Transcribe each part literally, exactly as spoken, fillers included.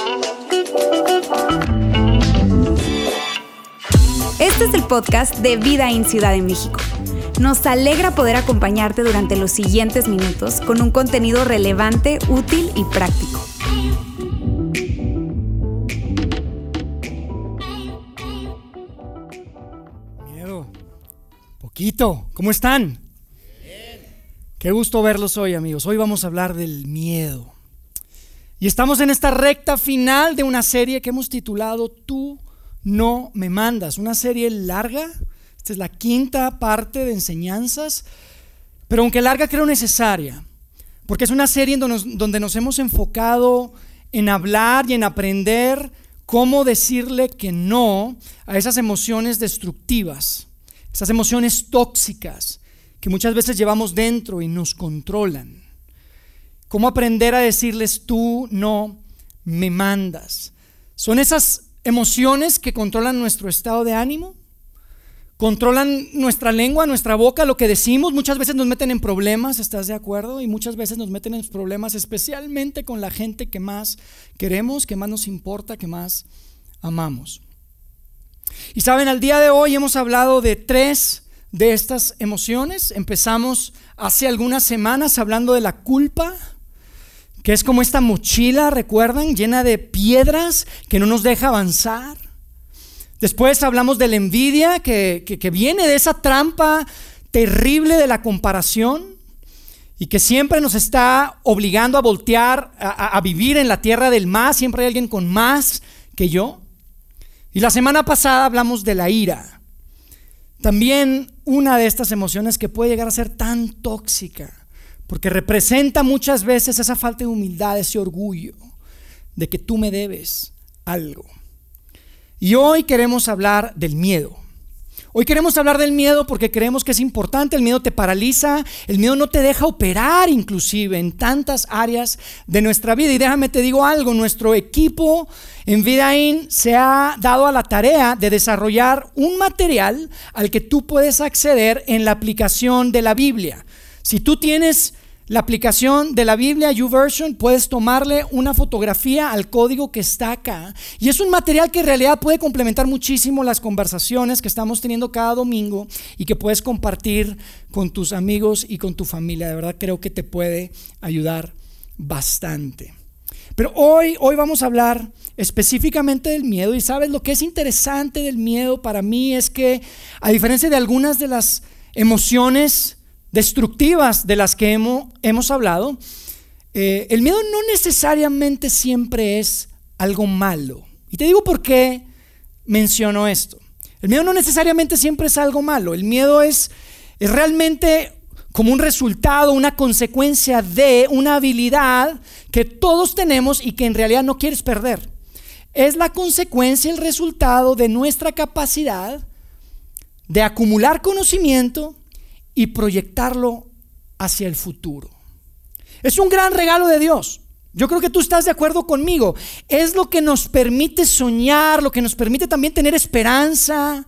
Este es el podcast de Vida en Ciudad de México. Nos alegra poder acompañarte durante los siguientes minutos con un contenido relevante, útil y práctico. Miedo. Poquito. ¿Cómo están? Bien. Qué gusto verlos hoy, amigos. Hoy vamos a hablar del miedo. Y estamos en esta recta final de una serie que hemos titulado Tú no me mandas. Una serie larga. Esta es la quinta parte de enseñanzas, pero aunque larga, creo necesaria, porque es una serie donde nos, donde nos hemos enfocado en hablar y en aprender cómo decirle que no a esas emociones destructivas, esas emociones tóxicas que muchas veces llevamos dentro y nos controlan. Cómo aprender a decirles tú no me mandas. Son esas emociones que controlan nuestro estado de ánimo, controlan nuestra lengua, nuestra boca, lo que decimos. Muchas veces nos meten en problemas, ¿estás de acuerdo? Y muchas veces nos meten en problemas, especialmente con la gente que más queremos, que más nos importa, que más amamos. Y saben, al día de hoy hemos hablado de tres de estas emociones. Empezamos hace algunas semanas hablando de la culpa, que es como esta mochila, ¿recuerdan? Llena de piedras que no nos deja avanzar. Después hablamos de la envidia que, que, que viene de esa trampa terrible de la comparación y que siempre nos está obligando a voltear, a, a vivir en la tierra del más. Siempre hay alguien con más que yo. Y la semana pasada hablamos de la ira. También una de estas emociones que puede llegar a ser tan tóxica, porque representa muchas veces esa falta de humildad, ese orgullo de que tú me debes algo. Y hoy queremos hablar del miedo. Hoy queremos hablar del miedo porque creemos que es importante. El miedo te paraliza, el miedo no te deja operar inclusive en tantas áreas de nuestra vida. Y déjame te digo algo, nuestro equipo en Vidaín se ha dado a la tarea de desarrollar un material al que tú puedes acceder en la aplicación de la Biblia. Si tú tienes la aplicación de la Biblia YouVersion, puedes tomarle una fotografía al código que está acá, y es un material que en realidad puede complementar muchísimo las conversaciones que estamos teniendo cada domingo y que puedes compartir con tus amigos y con tu familia. De verdad creo que te puede ayudar bastante. Pero hoy, hoy vamos a hablar específicamente del miedo. Y sabes, lo que es interesante del miedo para mí es que, a diferencia de algunas de las emociones destructivas de las que hemos, hemos hablado, eh, el miedo no necesariamente siempre es algo malo. Y te digo por qué menciono esto. El miedo no necesariamente siempre es algo malo. El miedo es, es realmente como un resultado, una consecuencia de una habilidad que todos tenemos y que en realidad no quieres perder. Es la consecuencia, el resultado de nuestra capacidad de acumular conocimiento y proyectarlo hacia el futuro. Es un gran regalo de Dios. Yo creo que tú estás de acuerdo conmigo. Es lo que nos permite soñar, lo que nos permite también tener esperanza.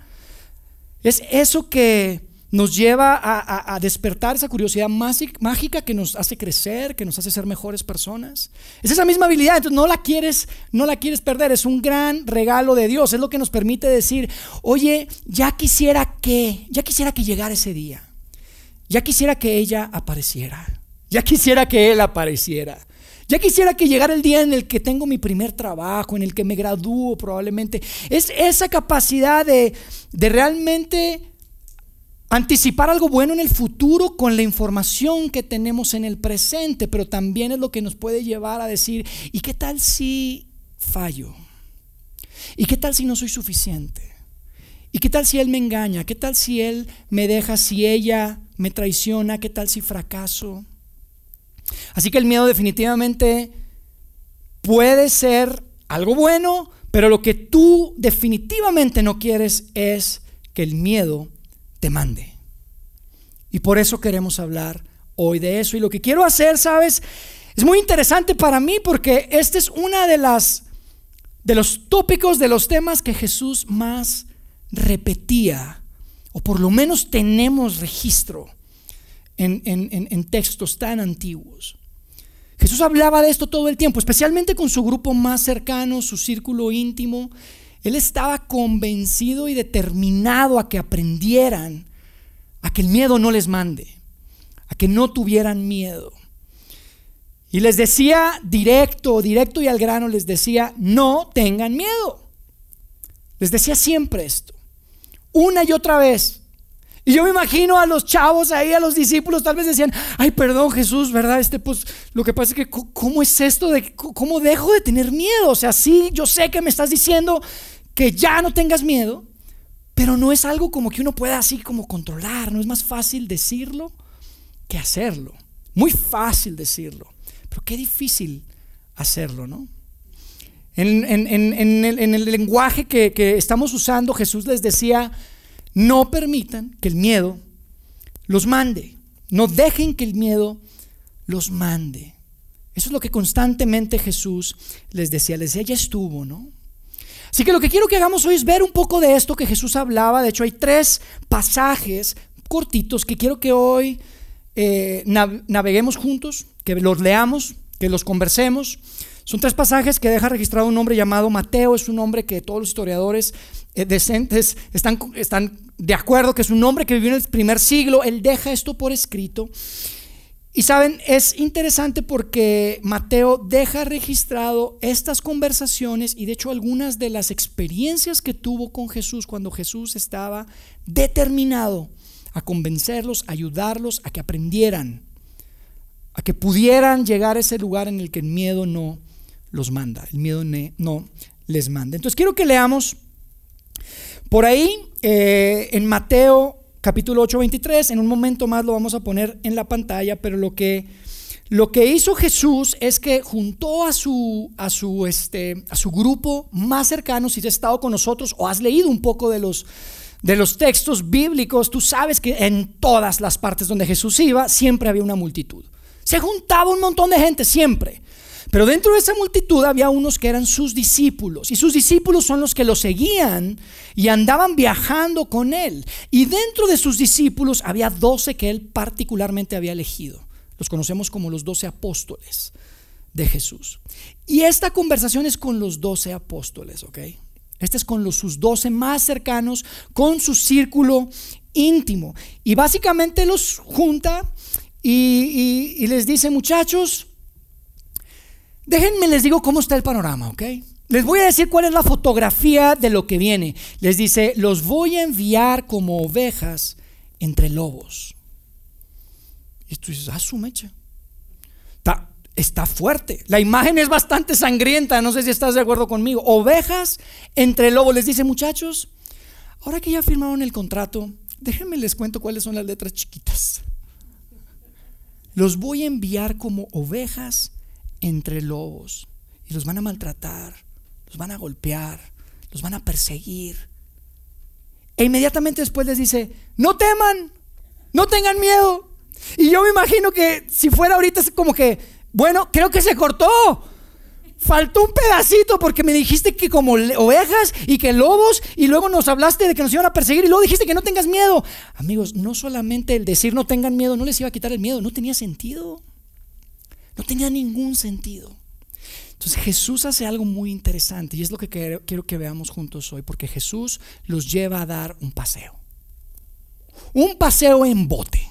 Es eso que nos lleva a, a, a despertar esa curiosidad mágica que nos hace crecer, que nos hace ser mejores personas. Es esa misma habilidad, entonces no la quieres, no la quieres perder. Es un gran regalo de Dios. Es lo que nos permite decir, oye, ya quisiera que, ya quisiera que llegara ese día. Ya quisiera que ella apareciera. Ya quisiera que él apareciera. Ya quisiera que llegara el día en el que tengo mi primer trabajo, en el que me gradúo probablemente. Es esa capacidad de, de realmente anticipar algo bueno en el futuro con la información que tenemos en el presente, pero también es lo que nos puede llevar a decir, ¿y qué tal si fallo? ¿Y qué tal si no soy suficiente? ¿Y qué tal si él me engaña? ¿Qué tal si él me deja? Si ella me traiciona, ¿qué tal si fracaso? Así que el miedo definitivamente puede ser algo bueno, pero lo que tú definitivamente no quieres es que el miedo te mande. Y por eso queremos hablar hoy de eso. Y lo que quiero hacer, ¿sabes? Es muy interesante para mí porque este es una de las de los tópicos, de los temas que Jesús más repetía, o por lo menos tenemos registro en, en, en, en textos tan antiguos. Jesús hablaba de esto todo el tiempo, especialmente con su grupo más cercano, su círculo íntimo. Él estaba convencido y determinado a que aprendieran a que el miedo no les mande, a que no tuvieran miedo. Y les decía directo, directo y al grano, les decía, no tengan miedo. Les decía siempre esto, una y otra vez. Y yo me imagino a los chavos ahí, a los discípulos, tal vez decían, ay, perdón Jesús, ¿verdad? Este, pues, lo que pasa es que, ¿cómo es esto de, cómo dejo de tener miedo? O sea, sí, yo sé que me estás diciendo que ya no tengas miedo, pero no es algo como que uno pueda así como controlar, no es más fácil decirlo que hacerlo. Muy fácil decirlo, pero qué difícil hacerlo, ¿no? En, en, en, en, el, en el lenguaje que, que estamos usando, Jesús les decía, no permitan que el miedo los mande, no dejen que el miedo los mande. Eso es lo que constantemente Jesús les decía, les decía, ya estuvo, ¿no? Así que lo que quiero que hagamos hoy es ver un poco de esto que Jesús hablaba. De hecho hay tres pasajes cortitos que quiero que hoy eh, nav- naveguemos juntos, que los leamos, que los conversemos. Son tres pasajes que deja registrado un hombre llamado Mateo. Es un hombre que todos los historiadores eh, decentes están, están de acuerdo que es un hombre que vivió en el primer siglo. Él deja esto por escrito. Y saben, es interesante porque Mateo deja registrado estas conversaciones y de hecho algunas de las experiencias que tuvo con Jesús cuando Jesús estaba determinado a convencerlos, a ayudarlos, a que aprendieran, a que pudieran llegar a ese lugar en el que el miedo no los manda, el miedo no les manda. Entonces quiero que leamos por ahí eh, en Mateo capítulo ocho, veintitrés, en un momento más lo vamos a poner en la pantalla, pero lo que, lo que hizo Jesús es que juntó a su, a, su, este, a su grupo más cercano. Si has estado con nosotros o has leído un poco de los, de los textos bíblicos, tú sabes que en todas las partes donde Jesús iba, siempre había una multitud. Se juntaba un montón de gente, siempre. Pero dentro de esa multitud había unos que eran sus discípulos, y sus discípulos son los que lo seguían y andaban viajando con él. Y dentro de sus discípulos había doce que él particularmente había elegido. Los conocemos como los doce apóstoles de Jesús. Y esta conversación es con los doce apóstoles, ¿ok? Esta es con los, sus doce más cercanos, con su círculo íntimo. Y básicamente los junta y, y, y les dice, muchachos, déjenme les digo cómo está el panorama, ¿ok? Les voy a decir cuál es la fotografía de lo que viene. Les dice, los voy a enviar como ovejas entre lobos. Y tú dices, ah, su mecha. Está, está fuerte. La imagen es bastante sangrienta, no sé si estás de acuerdo conmigo. Ovejas entre lobos. Les dice, muchachos, ahora que ya firmaron el contrato, déjenme les cuento cuáles son las letras chiquitas. Los voy a enviar como ovejas entre lobos, y los van a maltratar, los van a golpear, los van a perseguir. E inmediatamente después les dice, no teman, no tengan miedo. Y yo me imagino que si fuera ahorita es como que, bueno, creo que se cortó, faltó un pedacito porque me dijiste que como ovejas y que lobos, y luego nos hablaste de que nos iban a perseguir y luego dijiste que no tengas miedo. Amigos, no solamente el decir no tengan miedo no les iba a quitar el miedo, no tenía sentido. No tenía ningún sentido. Entonces Jesús hace algo muy interesante, y es lo que quiero que veamos juntos hoy, porque Jesús los lleva a dar un paseo. Un paseo en bote.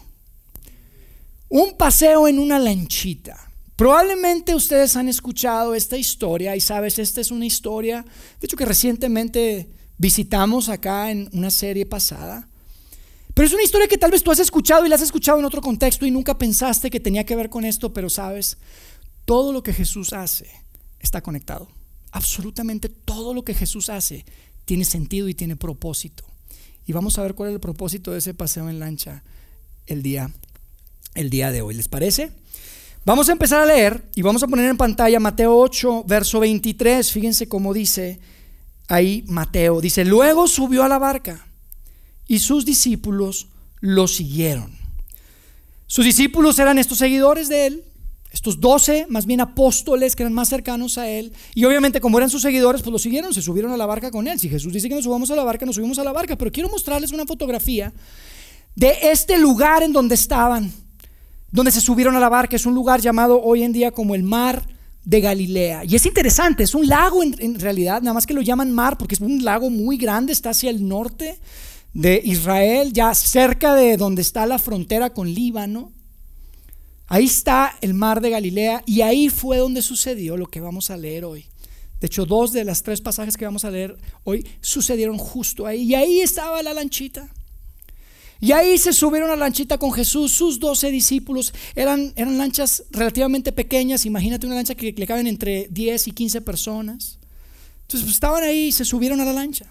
Un paseo en una lanchita. Probablemente ustedes han escuchado esta historia y sabes, esta es una historia, de hecho que recientemente visitamos acá en una serie pasada. Pero es una historia que tal vez tú has escuchado y la has escuchado en otro contexto y nunca pensaste que tenía que ver con esto, pero sabes, todo lo que Jesús hace está conectado. Absolutamente todo lo que Jesús hace tiene sentido y tiene propósito. Y vamos a ver cuál es el propósito de ese paseo en lancha el día, el día de hoy. ¿Les parece? Vamos a empezar a leer y vamos a poner en pantalla Mateo ocho, verso veintitrés. Fíjense cómo dice ahí Mateo. Dice, luego subió a la barca y sus discípulos lo siguieron. Sus discípulos eran estos seguidores de él, estos doce, más bien apóstoles que eran más cercanos a él. Y obviamente como eran sus seguidores, pues lo siguieron, se subieron a la barca con él. Si Jesús dice que nos subamos a la barca, nos subimos a la barca. Pero quiero mostrarles una fotografía de este lugar en donde estaban, donde se subieron a la barca. Es un lugar llamado hoy en día como el Mar de Galilea. Y es interesante, es un lago en, en realidad, nada más que lo llaman mar porque es un lago muy grande, está hacia el norte de Israel, ya cerca de donde está la frontera con Líbano. Ahí está el Mar de Galilea y ahí fue donde sucedió lo que vamos a leer hoy. De hecho, dos de las tres pasajes que vamos a leer hoy sucedieron justo ahí. Y ahí estaba la lanchita. Y ahí se subieron a la lanchita con Jesús, sus doce discípulos. Eran, eran lanchas relativamente pequeñas. Imagínate una lancha que le caben entre diez y quince personas. Entonces pues, estaban ahí y se subieron a la lancha.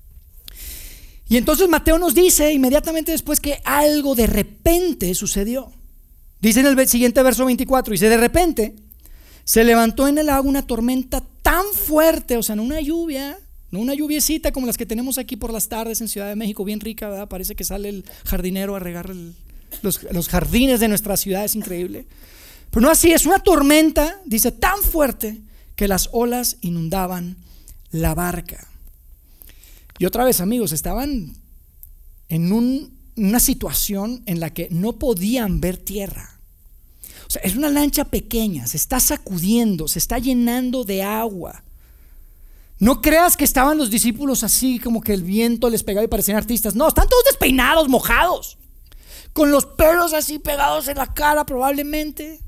Y entonces Mateo nos dice inmediatamente después que algo de repente sucedió. Dice en el siguiente verso veinticuatro, dice: de repente se levantó en el agua una tormenta tan fuerte, o sea, no una lluvia, no una lluviecita como las que tenemos aquí por las tardes en Ciudad de México, bien rica, ¿verdad? Parece que sale el jardinero a regar el, los, los jardines de nuestra ciudad, es increíble. Pero no así, es una tormenta, dice, tan fuerte que las olas inundaban la barca. Y otra vez, amigos, estaban en un, una situación en la que no podían ver tierra. O sea, es una lancha pequeña, se está sacudiendo, se está llenando de agua. No creas que estaban los discípulos así como que el viento les pegaba y parecían artistas. No, están todos despeinados, mojados, con los pelos así pegados en la cara probablemente.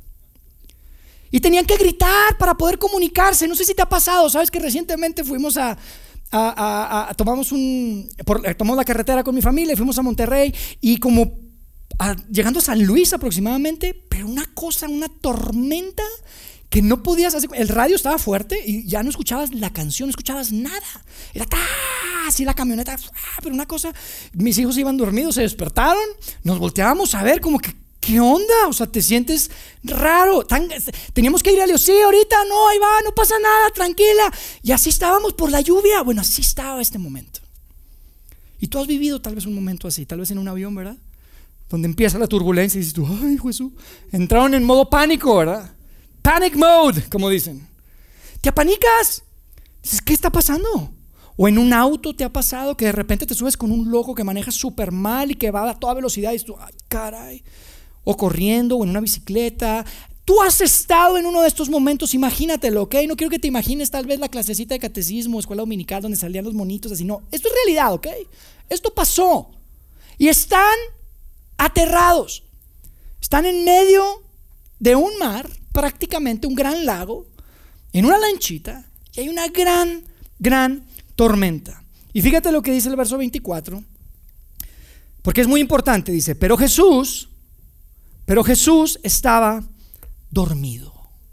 Y tenían que gritar para poder comunicarse. No sé si te ha pasado, sabes que recientemente fuimos a... A, a, a, tomamos un por, tomamos la carretera con mi familia y fuimos a Monterrey y como a, llegando a San Luis aproximadamente, pero una cosa, una tormenta que no podías hacer. El radio estaba fuerte y ya no escuchabas la canción, no escuchabas nada, era ta, así la camioneta, pero una cosa, mis hijos iban dormidos, se despertaron, nos volteábamos a ver como que ¿qué onda? O sea, te sientes raro. Tan, teníamos que ir a Leo, sí, ahorita, no, ahí va, no pasa nada, tranquila. Y así estábamos por la lluvia. Bueno, así estaba este momento. Y tú has vivido tal vez un momento así, tal vez en un avión, ¿verdad? Donde empieza la turbulencia y dices tú, ay, Jesús. Entraron en modo pánico, ¿verdad? Panic mode, como dicen. ¿Te apanicas? Dices, ¿qué está pasando? O en un auto te ha pasado que de repente te subes con un loco que maneja súper mal y que va a toda velocidad y dices tú, ay, caray. O corriendo, o en una bicicleta. Tú has estado en uno de estos momentos, imagínatelo, ¿ok? No quiero que te imagines tal vez la clasecita de catecismo, escuela dominical, donde salían los monitos así. No, esto es realidad, ¿ok? Esto pasó. Y están aterrados. Están en medio de un mar, prácticamente un gran lago, en una lanchita, y hay una gran, gran tormenta. Y fíjate lo que dice el verso veinticuatro, porque es muy importante, dice, pero Jesús... Pero Jesús estaba dormido.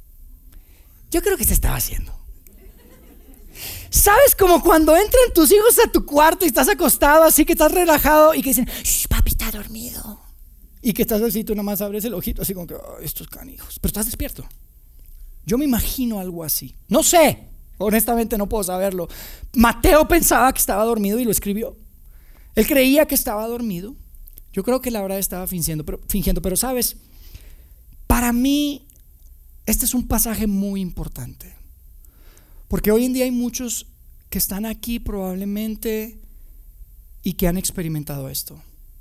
Yo creo que se estaba haciendo. ¿Sabes como cuando entran tus hijos a tu cuarto y estás acostado así que estás relajado y que dicen, shh, papi está dormido? Y que estás así, tú nada más abres el ojito así como que, oh, estos canijos. Pero estás despierto. Yo me imagino algo así. No sé, honestamente no puedo saberlo. Mateo pensaba que estaba dormido y lo escribió. Él creía que estaba dormido. Yo creo que la verdad estaba fingiendo, pero, fingiendo, pero sabes, para mí este es un pasaje muy importante, porque hoy en día hay muchos que están aquí probablemente y que han experimentado esto.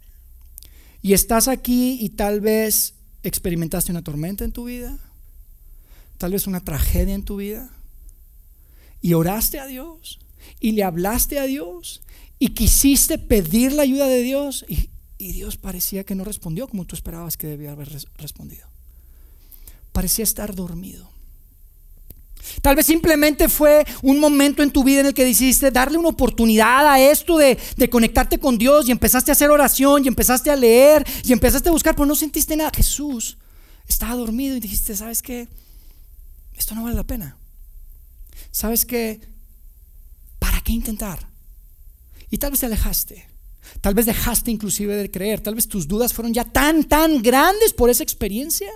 Y estás aquí y tal vez experimentaste una tormenta en tu vida, tal vez una tragedia en tu vida, y oraste a Dios y le hablaste a Dios y quisiste pedir la ayuda de Dios y Y Dios parecía que no respondió como tú esperabas que debía haber respondido. Parecía estar dormido. Tal vez simplemente fue un momento en tu vida en el que decidiste darle una oportunidad a esto de, de conectarte con Dios y empezaste a hacer oración y empezaste a leer y empezaste a buscar, pero no sentiste nada. Jesús estaba dormido y dijiste, ¿sabes qué? Esto no vale la pena. ¿Sabes qué? ¿Para qué intentar? Y tal vez te alejaste. Tal vez dejaste inclusive de creer. Tal vez tus dudas fueron ya tan, tan grandes por esa experiencia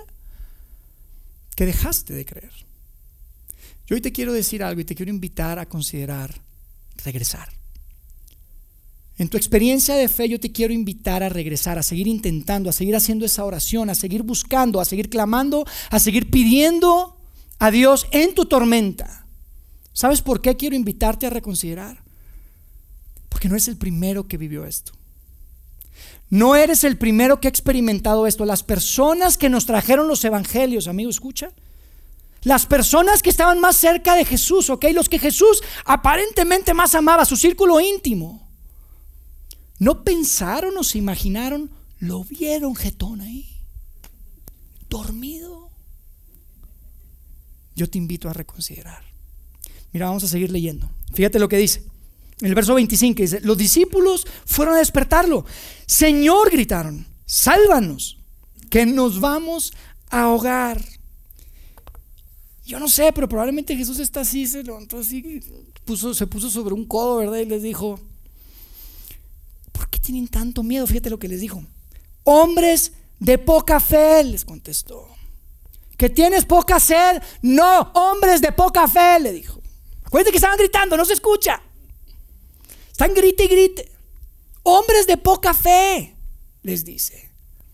que dejaste de creer. Yo hoy te quiero decir algo y te quiero invitar a considerar regresar. En tu experiencia de fe yo te quiero invitar a regresar, a seguir intentando, a seguir haciendo esa oración, a seguir buscando, a seguir clamando, a seguir pidiendo a Dios en tu tormenta. ¿Sabes por qué quiero invitarte a reconsiderar? Porque no eres el primero que vivió esto. No eres el primero que ha experimentado esto. Las personas que nos trajeron los evangelios, amigo, escucha. Las personas que estaban más cerca de Jesús, ¿ok? Los que Jesús aparentemente más amaba, su círculo íntimo. No pensaron o se imaginaron, lo vieron jetón ahí, dormido. Yo te invito a reconsiderar. Mira, vamos a seguir leyendo. Fíjate lo que dice. En el verso veinticinco dice: los discípulos fueron a despertarlo. Señor, gritaron, sálvanos, que nos vamos a ahogar. Yo no sé, pero probablemente Jesús está así, se levantó así, puso, se puso sobre un codo, ¿verdad? Y les dijo: ¿por qué tienen tanto miedo? Fíjate lo que les dijo. Hombres de poca fe, les contestó. ¿Que tienes poca sed? No, hombres de poca fe, le dijo. Acuérdense que estaban gritando, no se escucha. Están grite y grite. Hombres de poca fe, les dice.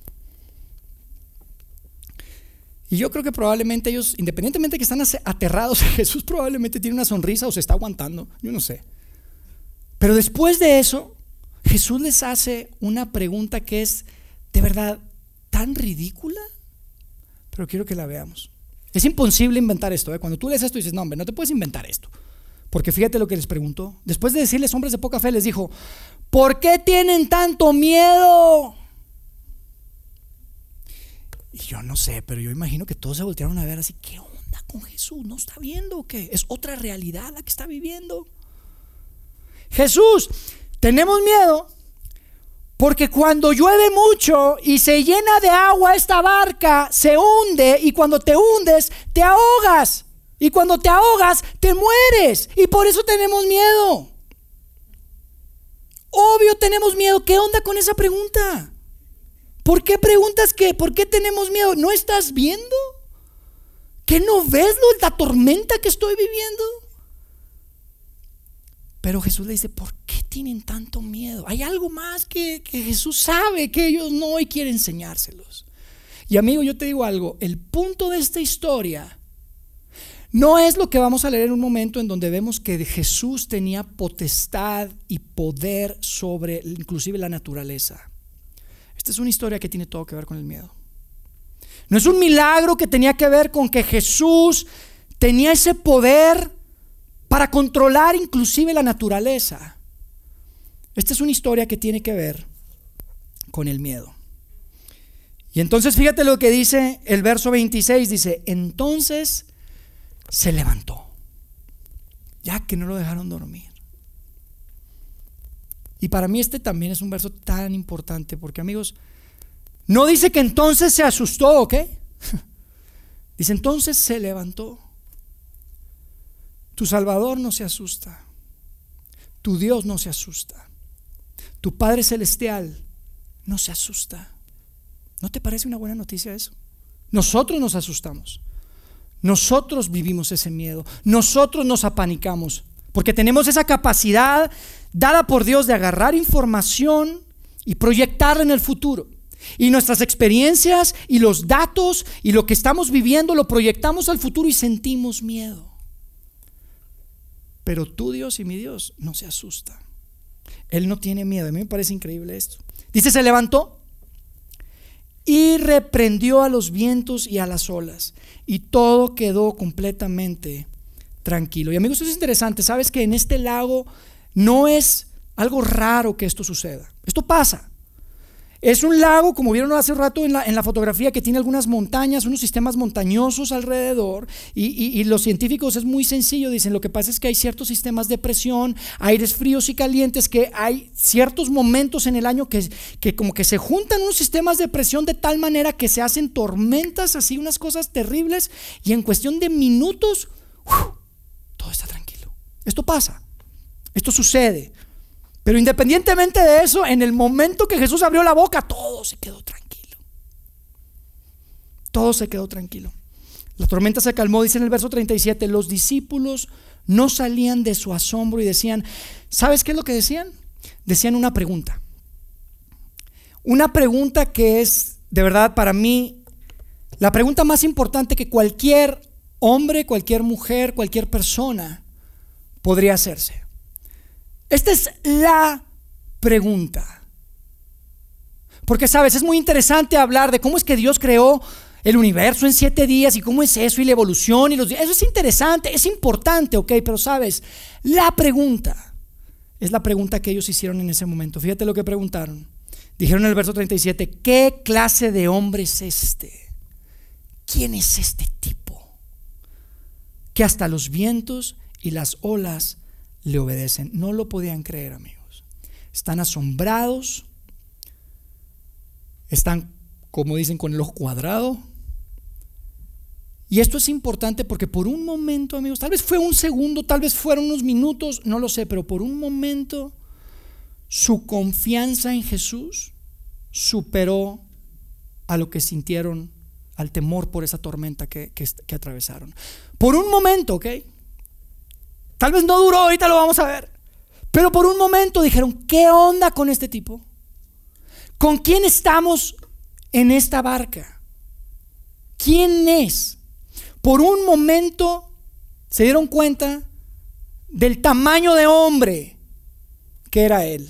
Y yo creo que probablemente ellos, independientemente de que están aterrados, Jesús probablemente tiene una sonrisa o se está aguantando, yo no sé. Pero después de eso, Jesús les hace una pregunta que es de verdad tan ridícula, pero quiero que la veamos. Es imposible inventar esto, ¿eh? Cuando tú lees esto dices, no hombre, no te puedes inventar esto. Porque fíjate lo que les preguntó. Después de decirles hombres de poca fe, les dijo: ¿por qué tienen tanto miedo? Y yo no sé, pero yo imagino que todos se voltearon a ver así: ¿qué onda con Jesús? ¿No está viendo o qué? Es otra realidad la que está viviendo. Jesús, tenemos miedo porque cuando llueve mucho y se llena de agua esta barca, se hunde, y cuando te hundes te ahogas, y cuando te ahogas te mueres, y por eso tenemos miedo. Obvio tenemos miedo. ¿Qué onda con esa pregunta? ¿Por qué preguntas qué? ¿Por qué tenemos miedo? ¿No estás viendo? ¿Que no ves la tormenta que estoy viviendo? Pero Jesús le dice: ¿por qué tienen tanto miedo? Hay algo más que, que Jesús sabe que ellos no, y quiere enseñárselos. Y amigo, yo te digo algo. El punto de esta historia no es lo que vamos a leer en un momento, en donde vemos que Jesús tenía potestad y poder sobre inclusive la naturaleza. Esta es una historia que tiene todo que ver con el miedo. No es un milagro que tenía que ver con que Jesús tenía ese poder para controlar inclusive la naturaleza. Esta es una historia que tiene que ver con el miedo. Y entonces fíjate lo que dice el verso veintiséis. Dice: entonces se levantó, ya que no lo dejaron dormir. Y para mí este también es un verso tan importante, porque amigos, no dice que entonces se asustó, ¿ok? Dice: entonces se levantó. Tu Salvador no se asusta, tu Dios no se asusta, tu Padre Celestial no se asusta. ¿No te parece una buena noticia eso? Nosotros nos asustamos, nosotros vivimos ese miedo, nosotros nos apanicamos, porque tenemos esa capacidad dada por Dios de agarrar información y proyectarla en el futuro. Y nuestras experiencias y los datos y lo que estamos viviendo lo proyectamos al futuro y sentimos miedo. Pero tu Dios y mi Dios no se asusta. Él no tiene miedo. A mí me parece increíble esto. Dice: se levantó y reprendió a los vientos y a las olas, y todo quedó completamente tranquilo. Y amigos, eso es interesante. Sabes que en este lago no es algo raro que esto suceda. Esto pasa. Es un lago, como vieron hace rato en la, en la fotografía, que tiene algunas montañas, unos sistemas montañosos alrededor, y, y, y los científicos es muy sencillo, dicen: lo que pasa es que hay ciertos sistemas de presión, aires fríos y calientes, que hay ciertos momentos en el año que, que como que se juntan unos sistemas de presión de tal manera que se hacen tormentas, así unas cosas terribles, y en cuestión de minutos ¡uf!, todo está tranquilo. Esto pasa, esto sucede. Pero independientemente de eso, en el momento que Jesús abrió la boca, todo se quedó tranquilo. Todo se quedó tranquilo. La tormenta se calmó. Dice en el verso treinta y siete: los discípulos no salían de su asombro y decían, ¿sabes qué es lo que decían? Decían una pregunta. Una pregunta que es, de verdad, para mí, la pregunta más importante que cualquier hombre, cualquier mujer, cualquier persona podría hacerse. Esta es la pregunta: Porque sabes, es muy interesante hablar de cómo es que Dios creó el universo en siete días y cómo es eso y la evolución y los días. Eso es interesante, es importante, ok, pero sabes, la pregunta es la pregunta que ellos hicieron en ese momento. Fíjate lo que preguntaron. Dijeron en el verso treinta y siete: ¿qué clase de hombre es este? ¿Quién es este tipo que hasta los vientos y las olas le obedecen? No lo podían creer, amigos. Están asombrados, están, como dicen, con el ojo cuadrado. Y esto es importante porque por un momento, amigos, tal vez fue un segundo, tal vez fueron unos minutos, no lo sé, pero por un momento su confianza en Jesús superó a lo que sintieron, al temor por esa tormenta que, que, que atravesaron. Por un momento, ok, tal vez no duró, ahorita lo vamos a ver, pero por un momento dijeron: ¿qué onda con este tipo? ¿Con quién estamos en esta barca? ¿Quién es? Por un momento se dieron cuenta del tamaño de hombre que era él.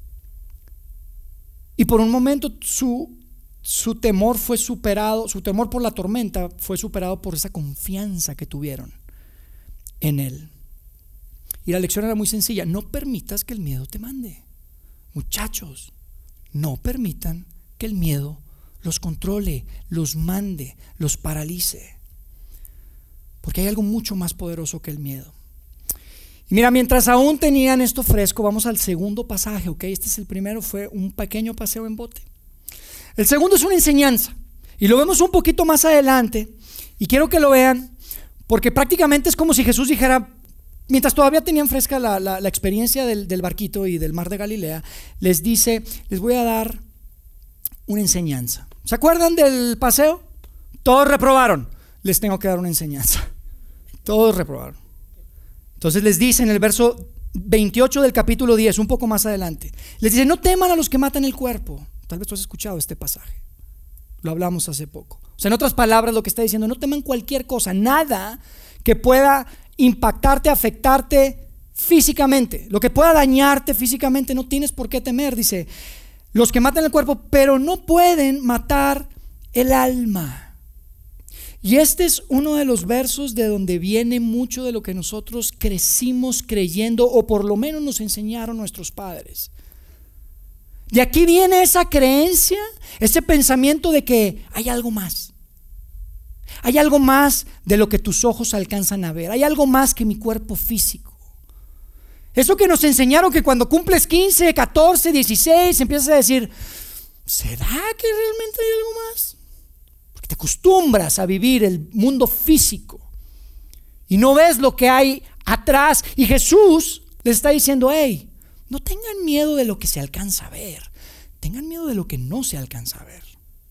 Y por un momento su, su temor fue superado, su temor por la tormenta fue superado por esa confianza que tuvieron en él. Y la lección era muy sencilla: no permitas que el miedo te mande. Muchachos, no permitan que el miedo los controle, los mande, los paralice. Porque hay algo mucho más poderoso que el miedo. Y mira, mientras aún tenían esto fresco, vamos al segundo pasaje, ¿ok? Este es el primero, fue un pequeño paseo en bote. El segundo es una enseñanza, y lo vemos un poquito más adelante, y quiero que lo vean, porque prácticamente es como si Jesús dijera, mientras todavía tenían fresca la, la, la experiencia del, del barquito y del mar de Galilea, les dice: les voy a dar una enseñanza. ¿Se acuerdan del paseo? Todos reprobaron. Les tengo que dar una enseñanza. Todos reprobaron. Entonces les dice en el verso veintiocho del capítulo diez, un poco más adelante, les dice: no teman a los que matan el cuerpo. Tal vez tú has escuchado este pasaje, lo hablamos hace poco. O sea, en otras palabras, lo que está diciendo: no teman cualquier cosa, nada que pueda impactarte, afectarte físicamente, lo que pueda dañarte físicamente, no tienes por qué temer. Dice: los que matan el cuerpo, pero no pueden matar el alma. Y este es uno de los versos de donde viene mucho de lo que nosotros crecimos creyendo, o por lo menos nos enseñaron nuestros padres. De aquí viene esa creencia, ese pensamiento de que hay algo más. Hay algo más de lo que tus ojos alcanzan a ver. Hay algo más que mi cuerpo físico. Eso que nos enseñaron, que cuando cumples quince, catorce, dieciséis empiezas a decir: ¿será que realmente hay algo más? Te acostumbras a vivir el mundo físico y no ves lo que hay atrás. Y Jesús les está diciendo: hey, no tengan miedo de lo que se alcanza a ver, tengan miedo de lo que no se alcanza a ver.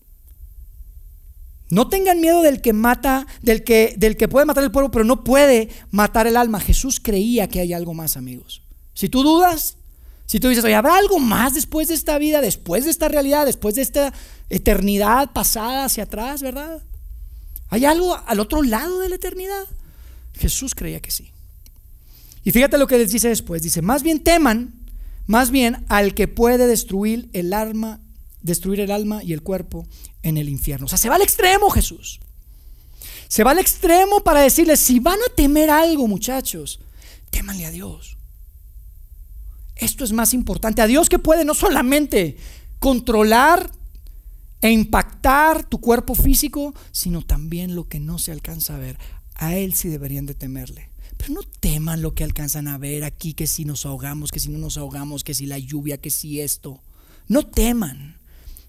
No tengan miedo del que mata, del que, del que puede matar el cuerpo, pero no puede matar el alma. Jesús creía que hay algo más, amigos. Si tú dudas, si tú dices: oye, ¿habrá algo más después de esta vida, después de esta realidad, después de esta eternidad pasada hacia atrás, verdad? ¿Hay algo al otro lado de la eternidad? Jesús creía que sí. Y fíjate lo que les dice después. Dice: más bien teman, más bien al que puede destruir el alma, destruir el alma y el cuerpo en el infierno. O sea, se va al extremo Jesús. Se va al extremo para decirles: si van a temer algo, muchachos, témanle a Dios. Esto es más importante. A Dios, que puede no solamente controlar e impactar tu cuerpo físico, sino también lo que no se alcanza a ver. A Él sí deberían de temerle. Pero no teman lo que alcanzan a ver aquí, que si nos ahogamos, que si no nos ahogamos, que si la lluvia, que si esto. No teman.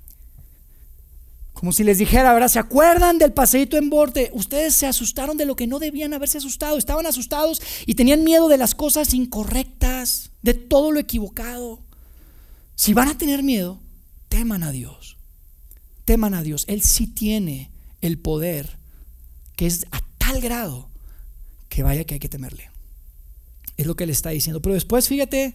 Como si les dijera, ¿verdad? ¿Se acuerdan del paseíto en bote? Ustedes se asustaron de lo que no debían haberse asustado. Estaban asustados y tenían miedo de las cosas incorrectas, de todo lo equivocado. Si van a tener miedo, teman a Dios. Teman a Dios. Él sí tiene el poder, que es a tal grado que vaya que hay que temerle. Es lo que le está diciendo. Pero después, fíjate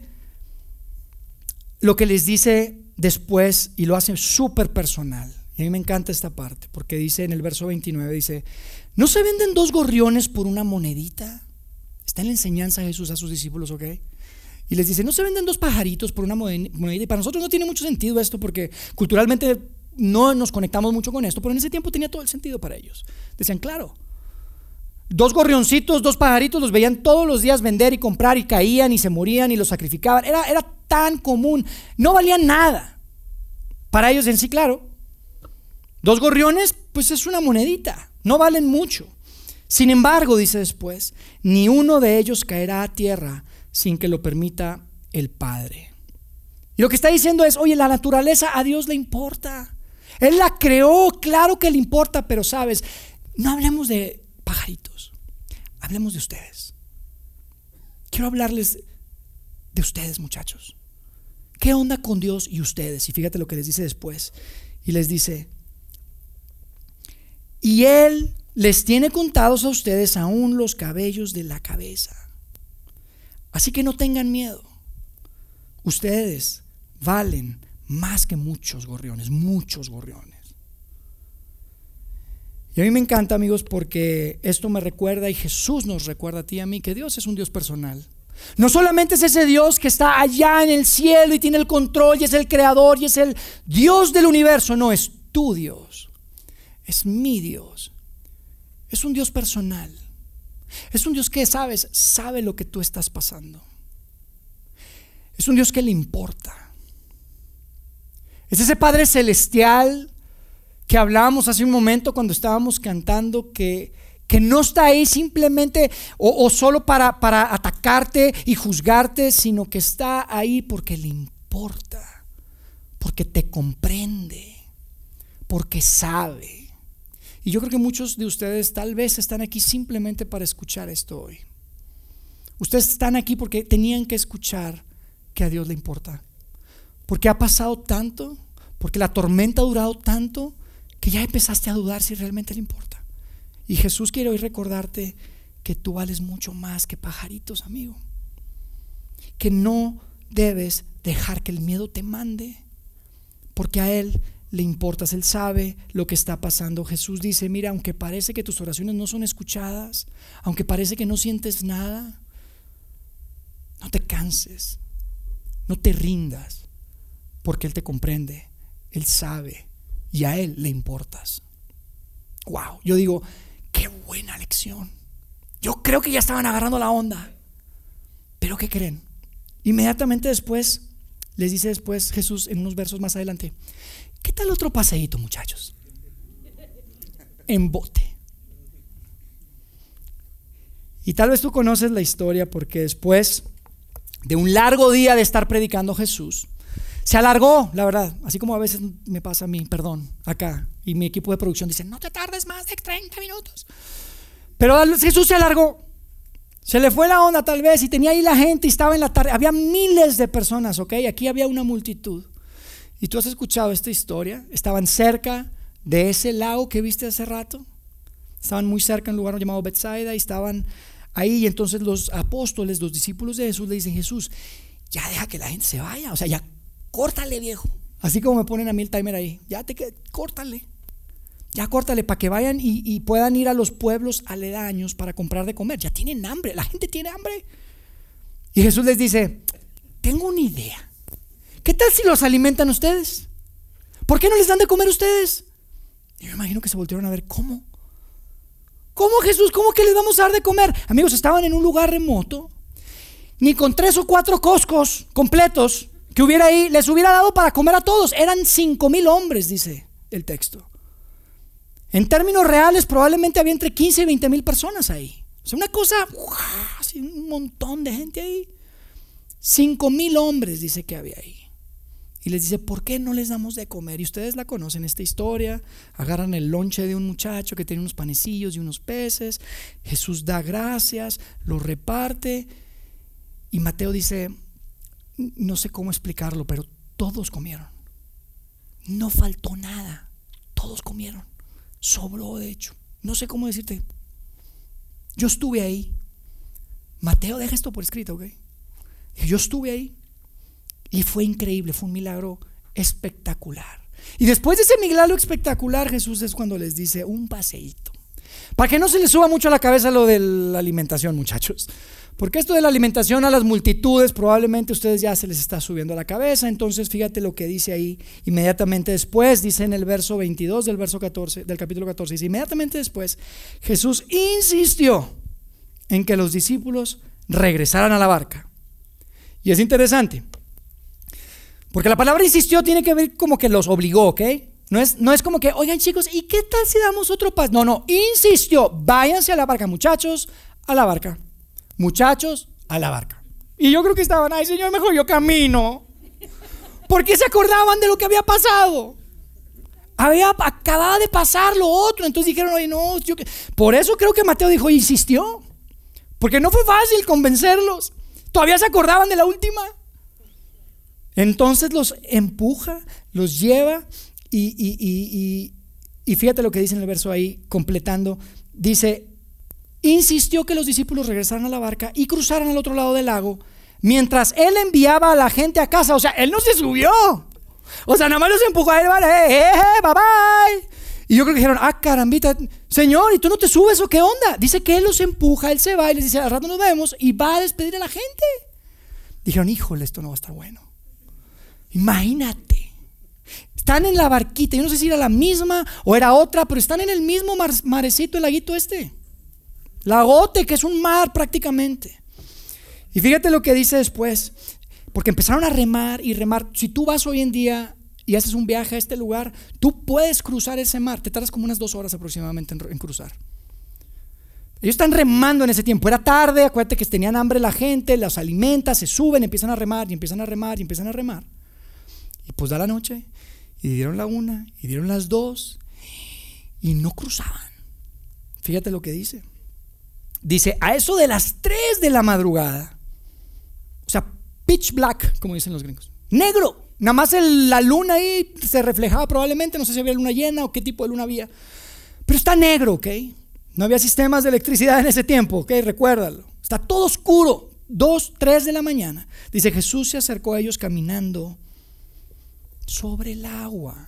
lo que les dice después, y lo hace súper personal. Y a mí me encanta esta parte, porque dice en el verso veintinueve, dice: ¿no se venden dos gorriones por una monedita? Está en la enseñanza de Jesús a sus discípulos, ¿ok? y les dice, ¿no se venden dos pajaritos por una moneda? Y para nosotros no tiene mucho sentido esto porque culturalmente no nos conectamos mucho con esto, pero en ese tiempo tenía todo el sentido para ellos. Decían, claro, dos gorrioncitos, dos pajaritos, los veían todos los días vender y comprar y caían y se morían y los sacrificaban. Era, era tan común, no valían nada. Para ellos en sí, claro, dos gorriones, pues es una monedita, no valen mucho. Sin embargo, dice después, ni uno de ellos caerá a tierra sin que lo permita el Padre. Y lo que está diciendo es, oye, la naturaleza a Dios le importa. Él la creó, claro que le importa, pero sabes, no hablemos de pajaritos, hablemos de ustedes. Quiero hablarles de ustedes, muchachos. ¿Qué onda con Dios y ustedes? Y fíjate lo que les dice después. Y les dice, y Él les tiene contados a ustedes aún los cabellos de la cabeza. Así que no tengan miedo. Ustedes valen más que muchos gorriones, muchos gorriones. Y a mí me encanta, amigos, porque esto me recuerda y Jesús nos recuerda a ti y a mí que Dios es un Dios personal. No solamente es ese Dios que está allá en el cielo y tiene el control y es el creador y es el Dios del universo. No, es tu Dios, es mi Dios. Es un Dios personal. Es un Dios que, sabes, sabe lo que tú estás pasando. Es un Dios que le importa. Es ese Padre celestial que hablábamos hace un momento cuando estábamos cantando, que, que no está ahí simplemente o, o solo para, para atacarte y juzgarte, sino que está ahí porque le importa, porque te comprende, porque sabe. Y yo creo que muchos de ustedes tal vez están aquí simplemente para escuchar esto hoy. Ustedes están aquí porque tenían que escuchar que a Dios le importa. Porque ha pasado tanto, porque la tormenta ha durado tanto, que ya empezaste a dudar si realmente le importa. Y Jesús quiere hoy recordarte que tú vales mucho más que pajaritos, amigo. Que no debes dejar que el miedo te mande, porque a Él le importas, Él sabe lo que está pasando. Jesús dice, mira, aunque parece que tus oraciones no son escuchadas, aunque parece que no sientes nada, no te canses, no te rindas, porque Él te comprende, Él sabe y a Él le importas. Wow, yo digo, qué buena lección. Yo creo que ya estaban agarrando la onda. Pero ¿qué creen? Inmediatamente después, les dice después Jesús en unos versos más adelante, ¿qué tal otro paseíto, muchachos? En bote. Y tal vez tú conoces la historia porque después de un largo día de estar predicando Jesús, se alargó, la verdad, así como a veces me pasa a mí, perdón, acá, y mi equipo de producción dice, no te tardes más de treinta minutos. Pero Jesús se alargó, se le fue la onda tal vez, y tenía ahí la gente y estaba en la tarde, había miles de personas, ok, aquí había una multitud. Y tú has escuchado esta historia, estaban cerca de ese lago que viste hace rato, estaban muy cerca en un lugar llamado Betsaida y estaban ahí, y entonces los apóstoles, los discípulos de Jesús le dicen, Jesús, ya deja que la gente se vaya, o sea, ya córtale, viejo, así como me ponen a mí el timer ahí, ya te córtale, ya córtale para que vayan y, y puedan ir a los pueblos aledaños para comprar de comer, ya tienen hambre, la gente tiene hambre. Y Jesús les dice, tengo una idea, ¿qué tal si los alimentan ustedes? ¿Por qué no les dan de comer ustedes? Y yo me imagino que se voltearon a ver, ¿cómo? ¿Cómo, Jesús? ¿Cómo que les vamos a dar de comer? Amigos, estaban en un lugar remoto, ni con tres o cuatro coscos completos que hubiera ahí les hubiera dado para comer a todos. Eran cinco mil hombres, dice el texto. En términos reales probablemente había entre quince y veinte mil personas ahí. O sea, una cosa, ¡wow! Así, un montón de gente ahí. Cinco mil hombres dice que había ahí. Y les dice, ¿por qué no les damos de comer? Y ustedes la conocen, esta historia. Agarran el lonche de un muchacho que tiene unos panecillos y unos peces. Jesús da gracias, lo reparte. Y Mateo dice, no sé cómo explicarlo, pero todos comieron. No faltó nada, todos comieron. Sobró, de hecho. No sé cómo decirte. Yo estuve ahí. Mateo deja esto por escrito, ¿ok? Yo estuve ahí. Y fue increíble, fue un milagro espectacular. Y después de ese milagro espectacular, Jesús es cuando les dice un paseíto. Para que no se les suba mucho a la cabeza lo de la alimentación, muchachos. Porque esto de la alimentación a las multitudes probablemente a ustedes ya se les está subiendo a la cabeza. Entonces fíjate lo que dice ahí inmediatamente después. Dice en el verso veintidós del verso catorce, del capítulo catorce, dice: inmediatamente después Jesús insistió en que los discípulos regresaran a la barca. Y es interesante, porque la palabra insistió tiene que ver como que los obligó, ¿ok? No es, no es como que, oigan chicos, ¿y qué tal si damos otro paso? No, no, insistió, váyanse a la barca, muchachos, a la barca. Muchachos, a la barca. Y yo creo que estaban, ay Señor, mejor yo camino. Porque se acordaban de lo que había pasado. Había acabado de pasar lo otro. Entonces dijeron, oye, no, yo... por eso creo que Mateo dijo, insistió. Porque no fue fácil convencerlos. Todavía se acordaban de la última. Entonces los empuja, los lleva y, y, y, y, y fíjate lo que dice en el verso ahí, completando. Dice: insistió que los discípulos regresaran a la barca y cruzaran al otro lado del lago, mientras él enviaba a la gente a casa. O sea, él no se subió. O sea, nada más los empujó a él, vale, eh, eh, bye bye. Y yo creo que dijeron, ah, carambita, Señor, ¿y tú no te subes o qué onda? Dice que él los empuja, él se va y les dice, al rato nos vemos, y va a despedir a la gente. Dijeron, híjole, esto no va a estar bueno. Imagínate, están en la barquita, yo no sé si era la misma o era otra, pero están en el mismo mar, marecito, el laguito este, Lagote, que es un mar prácticamente. Y fíjate lo que dice después, porque empezaron a remar y remar. Si tú vas hoy en día y haces un viaje a este lugar, tú puedes cruzar ese mar, te tardas como unas dos horas aproximadamente en, en cruzar. Ellos están remando en ese tiempo, era tarde, acuérdate que tenían hambre la gente, los alimenta, se suben, empiezan a remar y empiezan a remar y empiezan a remar. Y pues da la noche, y dieron la una, y dieron las dos, y no cruzaban. Fíjate lo que dice. Dice, a eso de las tres de la madrugada, o sea, pitch black, como dicen los gringos, negro, nada más el, la luna ahí se reflejaba probablemente, no sé si había luna llena o qué tipo de luna había, pero está negro, ¿ok? No había sistemas de electricidad en ese tiempo, ¿ok? Recuérdalo, está todo oscuro, dos, tres de la mañana. Dice, Jesús se acercó a ellos caminando sobre el agua.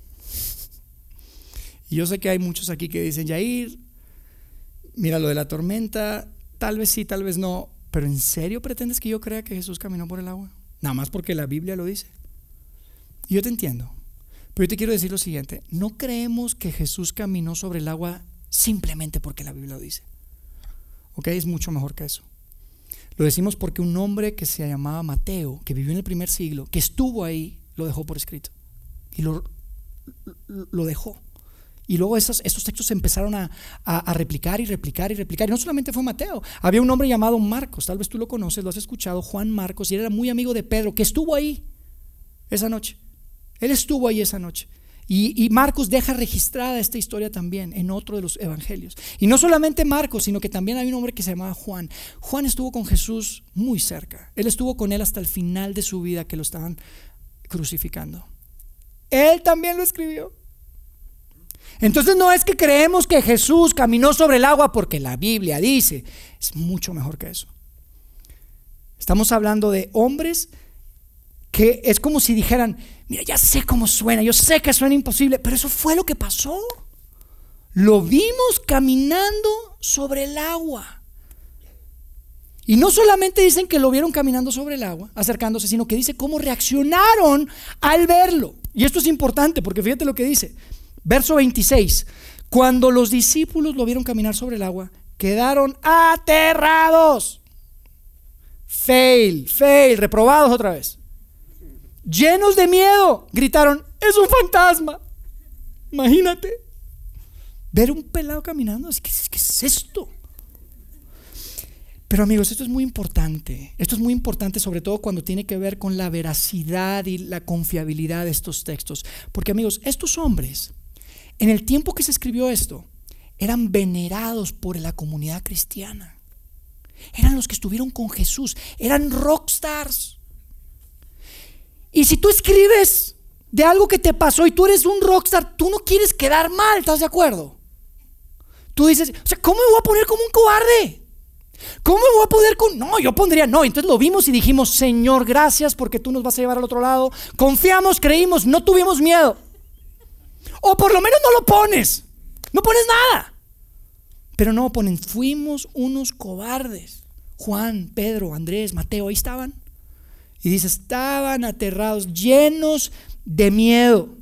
Y yo sé que hay muchos aquí que dicen, Yair, mira lo de la tormenta, tal vez sí, tal vez no, pero ¿en serio pretendes que yo crea que Jesús caminó por el agua? Nada más porque la Biblia lo dice. Y yo te entiendo, pero yo te quiero decir lo siguiente, no creemos que Jesús caminó sobre el agua simplemente porque la Biblia lo dice. Ok, es mucho mejor que eso. Lo decimos porque un hombre que se llamaba Mateo, que vivió en el primer siglo, que estuvo ahí, lo dejó por escrito. Y lo, lo dejó. Y luego esos, esos textos se empezaron a, a, a replicar y replicar y replicar. Y no solamente fue Mateo, había un hombre llamado Marcos, tal vez tú lo conoces, lo has escuchado, Juan Marcos, y él era muy amigo de Pedro, que estuvo ahí esa noche. Él estuvo ahí esa noche. Y, y Marcos deja registrada esta historia también en otro de los evangelios. Y no solamente Marcos, sino que también hay un hombre que se llamaba Juan. Juan estuvo con Jesús muy cerca. Él estuvo con él hasta el final de su vida, que lo estaban crucificando. Él también lo escribió. Entonces no es que creemos que Jesús caminó sobre el agua porque la Biblia dice, es mucho mejor que eso. Estamos hablando de hombres que es como si dijeran, mira, ya sé cómo suena, yo sé que suena imposible, pero eso fue lo que pasó. Lo vimos caminando sobre el agua. Y no solamente dicen que lo vieron caminando sobre el agua, acercándose, sino que dice cómo reaccionaron al verlo. Y esto es importante porque fíjate lo que dice. Verso veintiséis, cuando los discípulos lo vieron caminar sobre el agua, quedaron aterrados. Fail, fail, reprobados otra vez. Llenos de miedo, gritaron, es un fantasma. Imagínate, ver un pelado caminando, ¿qué, qué es esto? Pero amigos, esto es muy importante. Esto es muy importante sobre todo cuando tiene que ver con la veracidad y la confiabilidad de estos textos. Porque amigos, estos hombres, en el tiempo que se escribió esto, eran venerados por la comunidad cristiana. Eran los que estuvieron con Jesús, eran rockstars. Y si tú escribes de algo que te pasó y tú eres un rockstar, tú no quieres quedar mal, ¿estás de acuerdo? Tú dices, o sea, ¿cómo me voy a poner como un cobarde? ¿Cómo me voy a poder con...? No, yo pondría, no. Entonces lo vimos y dijimos, Señor, gracias porque tú nos vas a llevar al otro lado. Confiamos, creímos, no tuvimos miedo. O por lo menos no lo pones. No pones nada. Pero no ponen, fuimos unos cobardes. Juan, Pedro, Andrés, Mateo, ahí estaban. Y dice, estaban aterrados, llenos de miedo.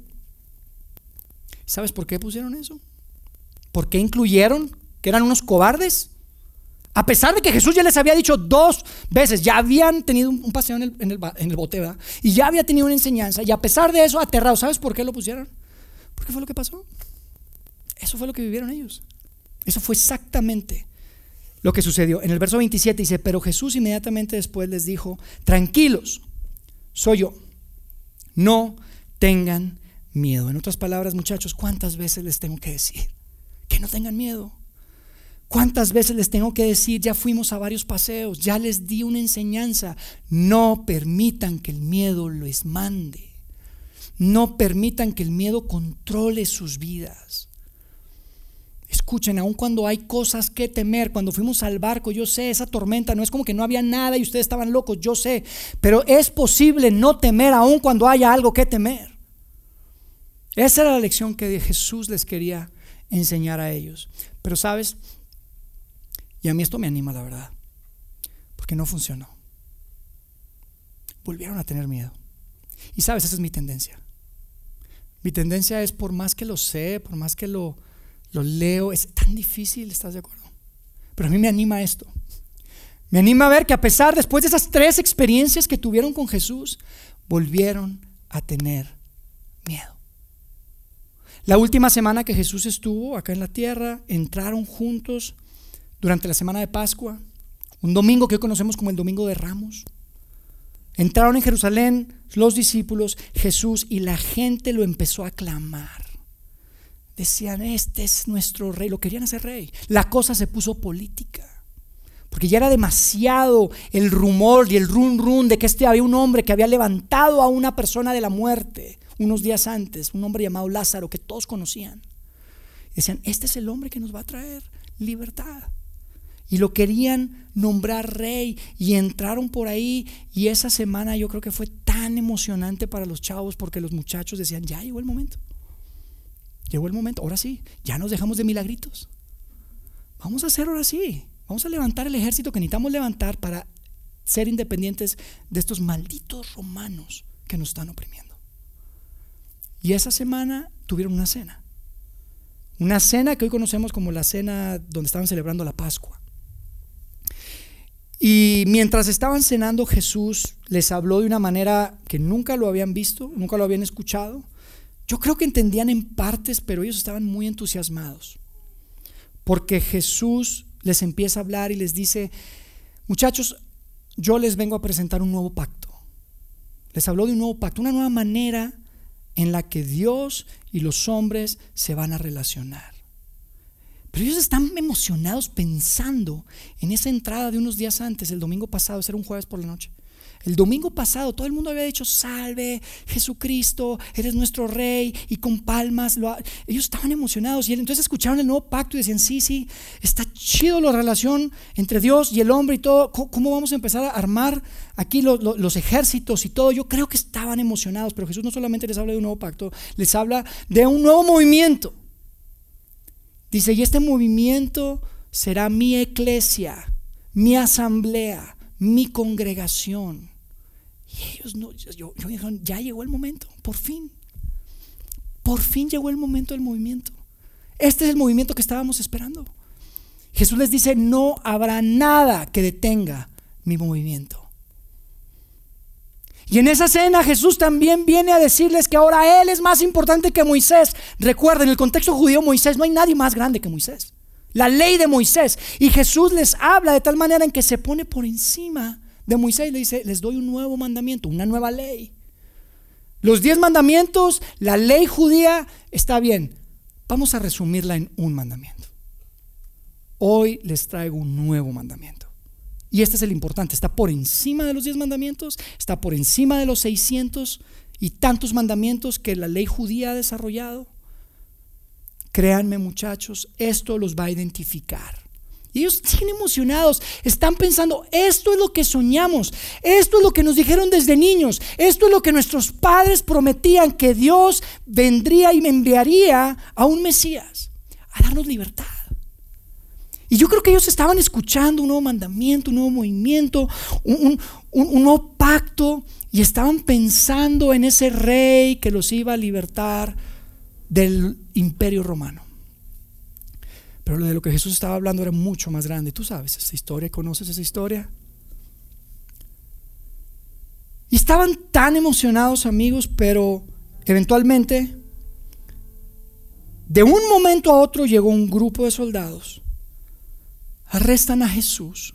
¿Sabes por qué pusieron eso? ¿Por qué incluyeron que eran unos cobardes? A pesar de que Jesús ya les había dicho dos veces, ya habían tenido un paseo en el, en el, en el bote, ¿verdad? Y ya había tenido una enseñanza, y a pesar de eso, aterrados. ¿Sabes por qué lo pusieron? ¿Por qué fue lo que pasó? Eso fue lo que vivieron ellos. Eso fue exactamente lo que sucedió. En el verso veintisiete dice, pero Jesús inmediatamente después les dijo, tranquilos, soy yo, no tengan miedo. En otras palabras, muchachos, ¿cuántas veces les tengo que decir que no tengan miedo? ¿Cuántas veces les tengo que decir, ya fuimos a varios paseos, ya les di una enseñanza? No permitan que el miedo les mande. No permitan que el miedo controle sus vidas. Escuchen, aun cuando hay cosas que temer, cuando fuimos al barco, yo sé, esa tormenta no es como que no había nada y ustedes estaban locos, yo sé, pero es posible no temer aun cuando haya algo que temer. Esa era la lección que Jesús les quería enseñar a ellos. Pero sabes, y a mí esto me anima, la verdad, porque no funcionó. Volvieron a tener miedo. Y sabes, esa es mi tendencia. Mi tendencia es, por más que lo sé, por más que lo, lo leo, es tan difícil, ¿estás de acuerdo? Pero a mí me anima esto. Me anima a ver que a pesar, después de esas tres experiencias que tuvieron con Jesús, volvieron a tener miedo. La última semana que Jesús estuvo acá en la tierra, entraron juntos durante la semana de Pascua, un domingo que hoy conocemos como el Domingo de Ramos. Entraron en Jerusalén los discípulos, Jesús, y la gente lo empezó a aclamar. Decían, este es nuestro rey, lo querían hacer rey. La cosa se puso política, porque ya era demasiado el rumor y el run run de que este había un hombre que había levantado a una persona de la muerte unos días antes, un hombre llamado Lázaro que todos conocían. Decían, este es el hombre que nos va a traer libertad. Y lo querían nombrar rey, y entraron por ahí, y esa semana yo creo que fue tan emocionante para los chavos, porque los muchachos decían, ya llegó el momento, llegó el momento, ahora sí, ya nos dejamos de milagritos, vamos a hacer ahora sí, vamos a levantar el ejército que necesitamos levantar para ser independientes de estos malditos romanos que nos están oprimiendo. Y esa semana tuvieron una cena, una cena que hoy conocemos como la cena donde estaban celebrando la Pascua. Y mientras estaban cenando, Jesús les habló de una manera que nunca lo habían visto, nunca lo habían escuchado. Yo creo que entendían en partes, pero ellos estaban muy entusiasmados, porque Jesús les empieza a hablar y les dice, muchachos, yo les vengo a presentar un nuevo pacto. Les habló de un nuevo pacto, una nueva manera en la que Dios y los hombres se van a relacionar. Pero ellos están emocionados pensando en esa entrada de unos días antes, el domingo pasado, ese era un jueves por la noche. El domingo pasado todo el mundo había dicho, salve Jesucristo, eres nuestro rey, y con palmas lo ha... ellos estaban emocionados, y entonces escucharon el nuevo pacto y decían, sí, sí, está chido la relación entre Dios y el hombre y todo, ¿cómo vamos a empezar a armar aquí los, los, los ejércitos y todo? Yo creo que estaban emocionados, pero Jesús no solamente les habla de un nuevo pacto, les habla de un nuevo movimiento. Dice, y este movimiento será mi eclesia, mi asamblea, mi congregación. Y ellos no, yo, yo dijeron, ya llegó el momento, por fin. Por fin llegó el momento del movimiento. Este es el movimiento que estábamos esperando. Jesús les dice, no habrá nada que detenga mi movimiento. Y en esa cena Jesús también viene a decirles que ahora Él es más importante que Moisés. Recuerden, en el contexto judío, Moisés, no hay nadie más grande que Moisés. La ley de Moisés. Y Jesús les habla de tal manera en que se pone por encima de Moisés y le dice, les doy un nuevo mandamiento, una nueva ley. Los diez mandamientos, la ley judía, está bien. Vamos a resumirla en un mandamiento. Hoy les traigo un nuevo mandamiento. Y este es el importante, está por encima de los diez mandamientos, está por encima de los seiscientos y tantos mandamientos que la ley judía ha desarrollado. Créanme, muchachos, esto los va a identificar. Y ellos siguen emocionados, están pensando, esto es lo que soñamos, esto es lo que nos dijeron desde niños, esto es lo que nuestros padres prometían, que Dios vendría y me enviaría a un Mesías, a darnos libertad. Y yo creo que ellos estaban escuchando un nuevo mandamiento, un nuevo movimiento, un, un, un, un nuevo pacto, y estaban pensando en ese rey que los iba a libertar del imperio romano. Pero de lo que Jesús estaba hablando era mucho más grande. Tú sabes esa historia, ¿conoces esa historia? Y estaban tan emocionados, amigos, pero eventualmente, de un momento a otro, llegó un grupo de soldados. Arrestan a Jesús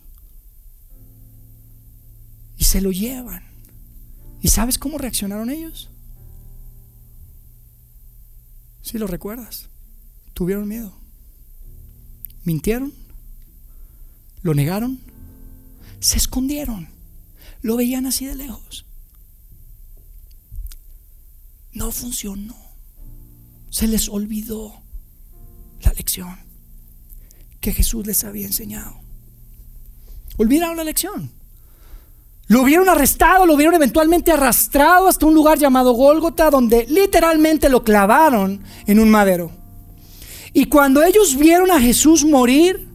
y se lo llevan. ¿Y sabes cómo reaccionaron ellos? Si lo recuerdas, tuvieron miedo, mintieron, lo negaron, se escondieron, lo veían así de lejos. No funcionó, se les olvidó la lección que Jesús les había enseñado. Olvidaron la lección. Lo hubieron arrestado, lo hubieron eventualmente arrastrado hasta un lugar llamado Gólgota, donde literalmente lo clavaron en un madero. Y cuando ellos vieron a Jesús morir,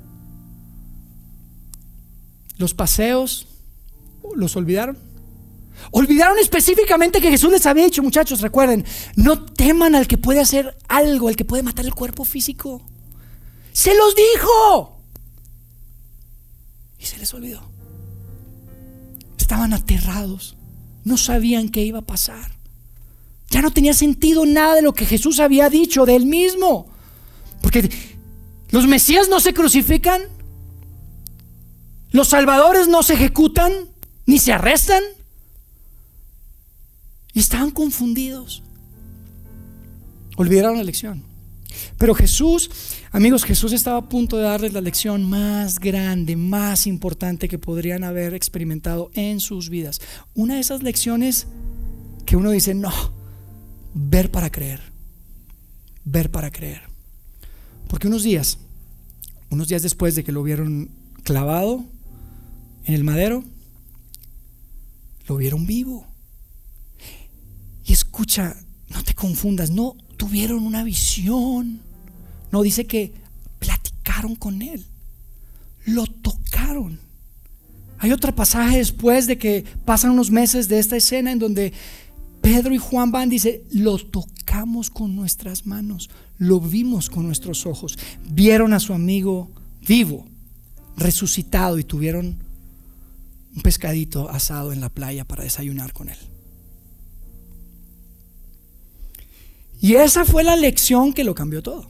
los paseos los olvidaron. Olvidaron específicamente que Jesús les había dicho: muchachos, recuerden, no teman al que puede hacer algo, al que puede matar el cuerpo físico. Se los dijo. Y se les olvidó. Estaban aterrados, no sabían qué iba a pasar. Ya no tenía sentido nada de lo que Jesús había dicho de él mismo, porque los mesías no se crucifican, los salvadores no se ejecutan ni se arrestan, y estaban confundidos. Olvidaron la lección. Pero Jesús, amigos, Jesús estaba a punto de darles la lección más grande, más importante que podrían haber experimentado en sus vidas. Una de esas lecciones que uno dice: no, ver para creer, ver para creer. Porque unos días, unos días después de que lo vieron clavado en el madero, lo vieron vivo. Y escucha, no te confundas, no tuvieron una visión. No, dice que platicaron con él, lo tocaron. Hay otro pasaje después de que pasan unos meses de esta escena en donde Pedro y Juan van, dice: lo tocamos con nuestras manos, lo vimos con nuestros ojos. Vieron a su amigo vivo, resucitado, y tuvieron un pescadito asado en la playa para desayunar con él. Y esa fue la lección que lo cambió todo.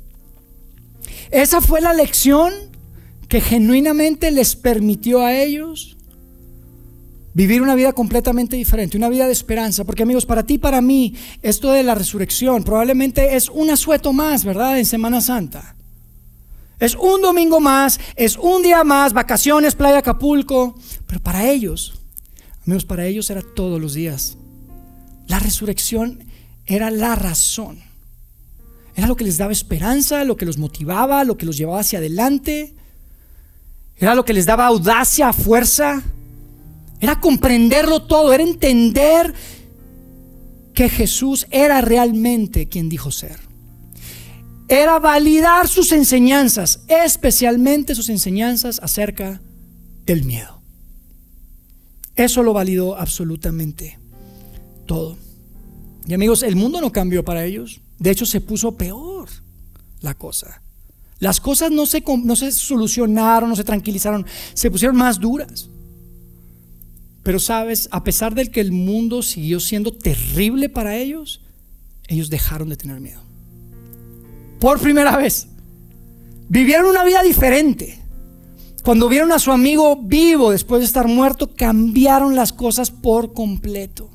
Esa fue la lección que genuinamente les permitió a ellos vivir una vida completamente diferente, una vida de esperanza. Porque, amigos, para ti y para mí, esto de la resurrección probablemente es un asueto más, ¿verdad? En Semana Santa. Es un domingo más, es un día más, vacaciones, playa, Acapulco. Pero para ellos, amigos, para ellos era todos los días. La resurrección era la razón, era lo que les daba esperanza, lo que los motivaba, lo que los llevaba hacia adelante, era lo que les daba audacia, fuerza, era comprenderlo todo, era entender que Jesús era realmente quien dijo ser, era validar sus enseñanzas, especialmente sus enseñanzas acerca del miedo. Eso lo validó absolutamente todo. Y, amigos, el mundo no cambió para ellos. De hecho, se puso peor la cosa. Las cosas no se, no se solucionaron, no se tranquilizaron, se pusieron más duras. Pero, sabes, a pesar de que el mundo siguió siendo terrible para ellos, ellos dejaron de tener miedo. Por primera vez vivieron una vida diferente. Cuando vieron a su amigo vivo después de estar muerto, cambiaron las cosas por completo.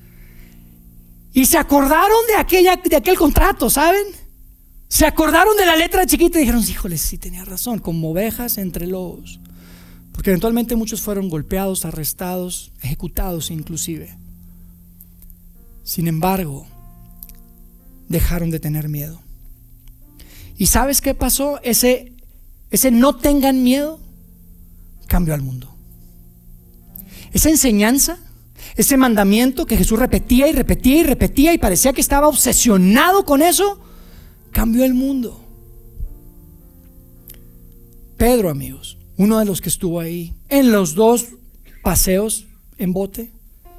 Y se acordaron de, aquella, de aquel contrato, ¿saben? Se acordaron de la letra chiquita y dijeron: híjole, sí tenía razón, como ovejas entre lobos. Porque eventualmente muchos fueron golpeados, arrestados, ejecutados inclusive. Sin embargo, dejaron de tener miedo. ¿Y sabes qué pasó? Ese, ese no tengan miedo cambió al mundo. Esa enseñanza, ese mandamiento que Jesús repetía y repetía y repetía y parecía que estaba obsesionado con eso, cambió el mundo. Pedro, amigos, uno de los que estuvo ahí en los dos paseos en bote,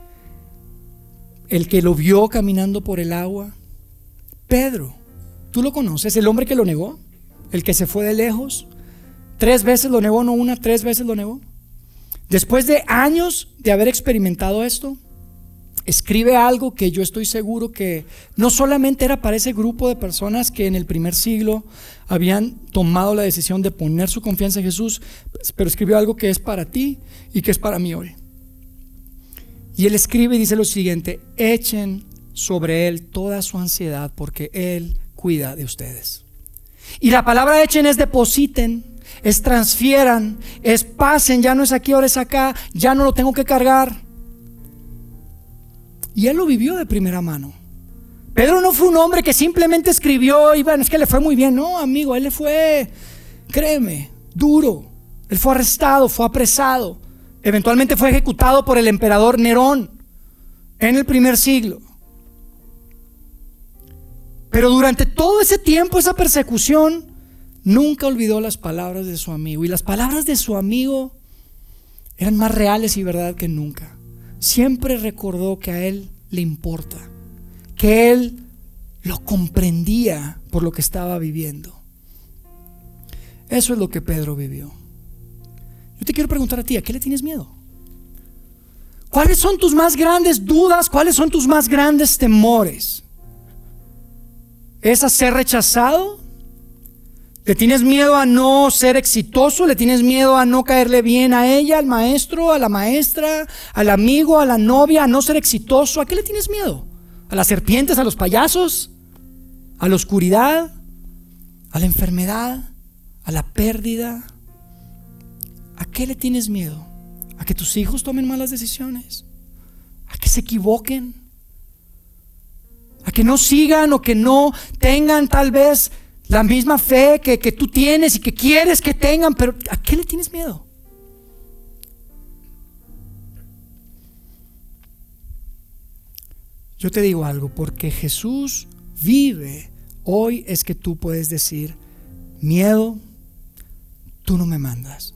el que lo vio caminando por el agua. Pedro, ¿tú lo conoces? El hombre que lo negó, el que se fue de lejos, tres veces lo negó, no una, tres veces lo negó. Después de años de haber experimentado esto, escribe algo que yo estoy seguro que no solamente era para ese grupo de personas que en el primer siglo habían tomado la decisión de poner su confianza en Jesús, pero escribió algo que es para ti y que es para mí hoy. Y él escribe y dice lo siguiente: echen sobre él toda su ansiedad porque él cuida de ustedes. Y la palabra echen es depositen, es transfieran, es pasen, ya no es aquí, ahora es acá, ya no lo tengo que cargar. Y él lo vivió de primera mano. Pedro no fue un hombre que simplemente escribió y bueno, es que le fue muy bien. No, amigo, él le fue, créeme, duro. Él fue arrestado, fue apresado, eventualmente fue ejecutado por el emperador Nerón en el primer siglo. Pero durante todo ese tiempo, esa persecución, nunca olvidó las palabras de su amigo. Y las palabras de su amigo eran más reales y verdad que nunca. Siempre recordó que a él le importa, que él lo comprendía por lo que estaba viviendo. Eso es lo que Pedro vivió. Yo te quiero preguntar a ti, ¿a qué le tienes miedo? ¿Cuáles son tus más grandes dudas? ¿Cuáles son tus más grandes temores? ¿Es a ser rechazado? ¿Le tienes miedo a no ser exitoso? ¿Le tienes miedo a no caerle bien a ella, al maestro, a la maestra, al amigo, a la novia, a no ser exitoso? ¿A qué le tienes miedo? ¿A las serpientes, a los payasos? ¿A la oscuridad? ¿A la enfermedad? ¿A la pérdida? ¿A qué le tienes miedo? ¿A que tus hijos tomen malas decisiones? ¿A que se equivoquen? ¿A que no sigan o que no tengan tal vez la misma fe que, que tú tienes y que quieres que tengan? Pero ¿a qué le tienes miedo? Yo te digo algo, porque Jesús vive, hoy es que tú puedes decir: miedo, tú no me mandas.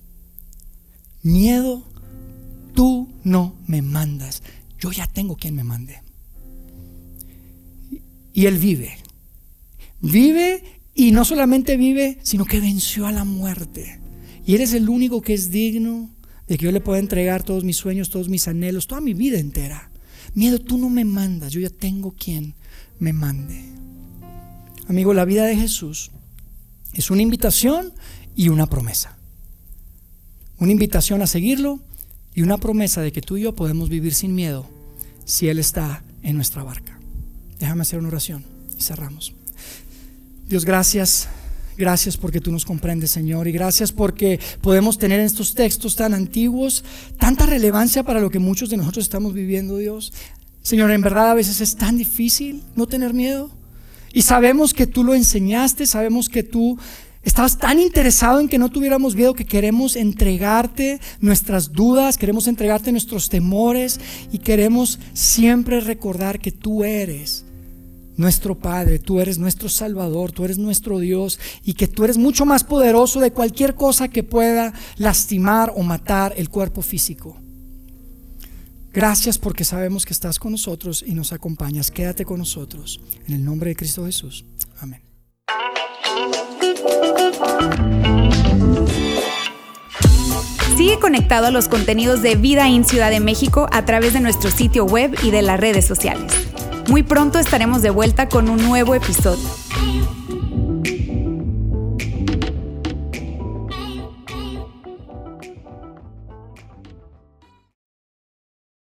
Miedo, tú no me mandas. Yo ya tengo quien me mande. Y Él vive. Vive, y no solamente vive, sino que venció a la muerte. Y eres el único que es digno de que yo le pueda entregar todos mis sueños, todos mis anhelos, toda mi vida entera. Miedo, tú no me mandas, yo ya tengo quien me mande. Amigo, la vida de Jesús es una invitación y una promesa. Una invitación a seguirlo y una promesa de que tú y yo podemos vivir sin miedo si Él está en nuestra barca. Déjame hacer una oración y cerramos. Dios, gracias, gracias porque tú nos comprendes, Señor, y gracias porque podemos tener en estos textos tan antiguos tanta relevancia para lo que muchos de nosotros estamos viviendo, Dios. Señor, en verdad a veces es tan difícil no tener miedo, y sabemos que tú lo enseñaste, sabemos que tú estabas tan interesado en que no tuviéramos miedo, que queremos entregarte nuestras dudas, queremos entregarte nuestros temores, y queremos siempre recordar que tú eres nuestro Padre, tú eres nuestro Salvador, tú eres nuestro Dios, y que tú eres mucho más poderoso de cualquier cosa que pueda lastimar o matar el cuerpo físico. Gracias porque sabemos que estás con nosotros y nos acompañas. Quédate con nosotros. En el nombre de Cristo Jesús. Amén. Sigue conectado a los contenidos de Vida In Ciudad de México a través de nuestro sitio web y de las redes sociales. Muy pronto estaremos de vuelta con un nuevo episodio.